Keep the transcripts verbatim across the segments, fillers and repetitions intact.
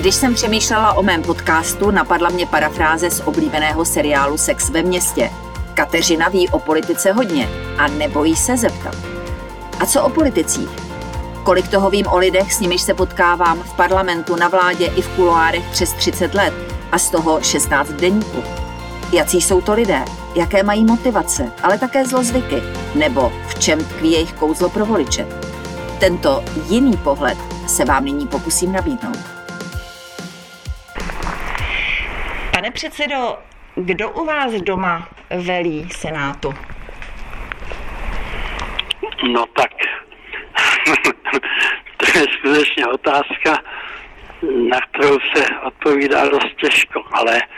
Když jsem přemýšlela o mém podcastu, napadla mě parafráze z oblíbeného seriálu Sex ve městě. Kateřina ví o politice hodně a nebojí se zeptat. A co o politicích? Kolik toho vím o lidech, s nimiž se potkávám v parlamentu, na vládě i v kuloárech přes třicet let a z toho šestnáct v deníku. Jací jsou to lidé? Jaké mají motivace, ale také zlozvyky? Nebo v čem tkví jejich kouzlo pro voliče? Tento jiný pohled se vám nyní pokusím nabídnout. Pane předsedo, kdo u vás doma velí Senátu? No tak, to je skutečně otázka, na kterou se odpovídá dost těžko, ale e,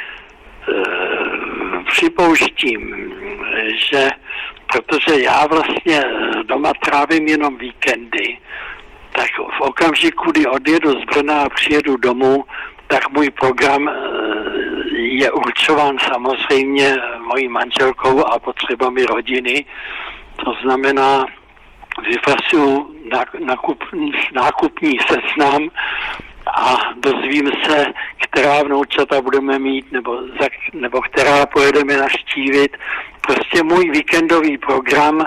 připouštím, že protože já vlastně doma trávím jenom víkendy, tak v okamžiku, kdy odjedu z Brna a přijedu domů, tak můj program je určován samozřejmě mojí manželkou a potřebami rodiny. To znamená, vypracuju nákup, nákupní seznam a dozvím se, která vnoučata budeme mít, nebo, za, nebo která pojedeme navštívit. Prostě můj víkendový program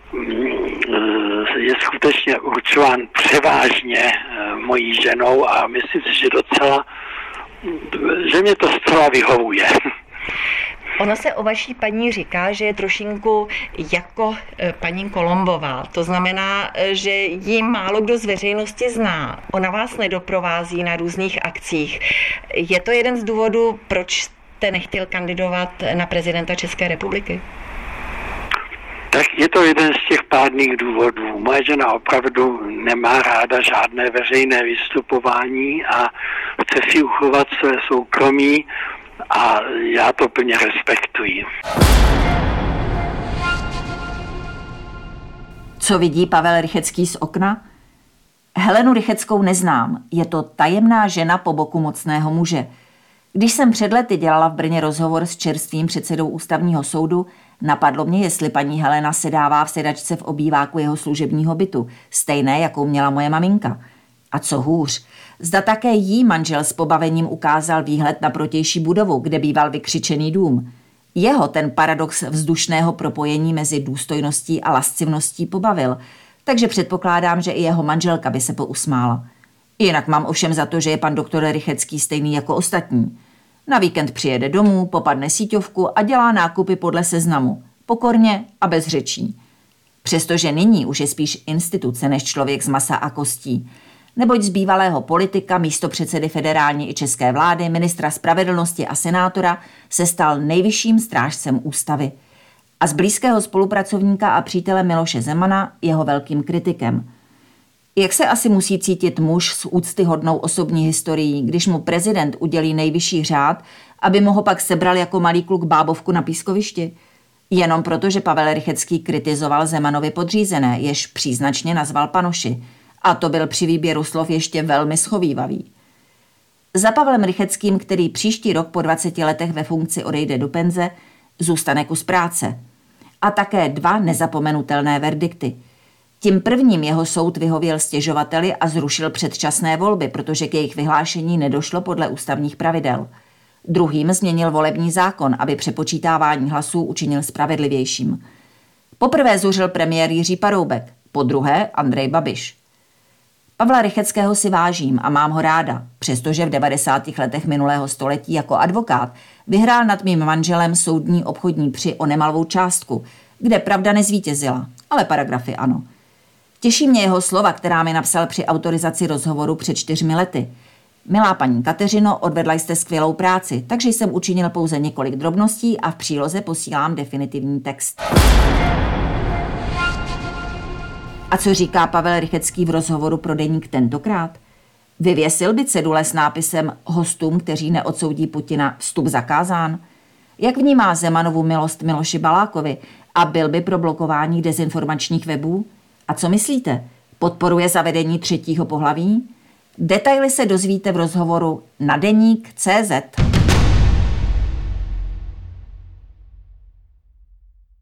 je skutečně určován převážně mojí ženou a myslím si, že docela, že mě to zcela vyhovuje. Ono se o vaší paní říká, že je trošinku jako paní Kolombová. To znamená, že ji málo kdo z veřejnosti zná. Ona vás nedoprovází na různých akcích. Je to jeden z důvodů, proč jste nechtěl kandidovat na prezidenta České republiky? Tak je to jeden z těch pádných důvodů. Moje žena opravdu nemá ráda žádné veřejné vystupování a chce si uchovat své soukromí a já to plně respektuji. Co vidí Pavel Rychecký z okna? Helenu Rycheckou neznám, je to tajemná žena po boku mocného muže. Když jsem před lety dělala v Brně rozhovor s čerstvým předsedou ústavního soudu, napadlo mě, jestli paní Helena sedává v sedačce v obýváku jeho služebního bytu, stejné, jakou měla moje maminka. A co hůř, zda také jí manžel s pobavením ukázal výhled na protější budovu, kde býval vykřičený dům. Jeho ten paradox vzdušného propojení mezi důstojností a lascivností pobavil, takže předpokládám, že i jeho manželka by se pousmála. Jinak mám ovšem za to, že je pan doktor Rychecký stejný jako ostatní. Na víkend přijede domů, popadne síťovku a dělá nákupy podle seznamu. Pokorně a bez řečí. Přestože nyní už je spíš instituce než člověk z masa a kostí. Neboť z bývalého politika, místopředsedy federální i české vlády, ministra spravedlnosti a senátora se stal nejvyšším strážcem ústavy. A z blízkého spolupracovníka a přítele Miloše Zemana jeho velkým kritikem. Jak se asi musí cítit muž s úctyhodnou osobní historií, když mu prezident udělí nejvyšší řád, aby mu ho pak sebral jako malý kluk bábovku na pískovišti? Jenom proto, že Pavel Rychecký kritizoval Zemanovi podřízené, jež příznačně nazval panoši. A to byl při výběru slov ještě velmi schovívavý. Za Pavlem Rycheckým, který příští rok po dvaceti letech ve funkci odejde do penze, zůstane kus práce. A také dva nezapomenutelné verdikty. Tím prvním jeho soud vyhověl stěžovateli a zrušil předčasné volby, protože k jejich vyhlášení nedošlo podle ústavních pravidel. Druhým změnil volební zákon, aby přepočítávání hlasů učinil spravedlivějším. Poprvé zuřil premiér Jiří Paroubek, podruhé Andrej Babiš. Pavla Rycheckého si vážím a mám ho ráda, přestože v devadesátých letech minulého století jako advokát vyhrál nad mým manželem soudní obchodní při o nemalou částku, kde pravda nezvítězila, ale paragrafy ano. Těší mě jeho slova, která mi napsal při autorizaci rozhovoru před čtyřmi lety. Milá paní Kateřino, odvedla jste skvělou práci, takže jsem učinil pouze několik drobností a v příloze posílám definitivní text. A co říká Pavel Rychecký v rozhovoru pro deník tentokrát? Vyvěsil by cedule s nápisem hostům, kteří neodsoudí Putina, vstup zakázán? Jak vnímá Zemanovu milost Miloši Balákovi a byl by pro blokování dezinformačních webů? A co myslíte? Podporuje zavedení třetího pohlaví? Detaily se dozvíte v rozhovoru na deník tečka cé zet.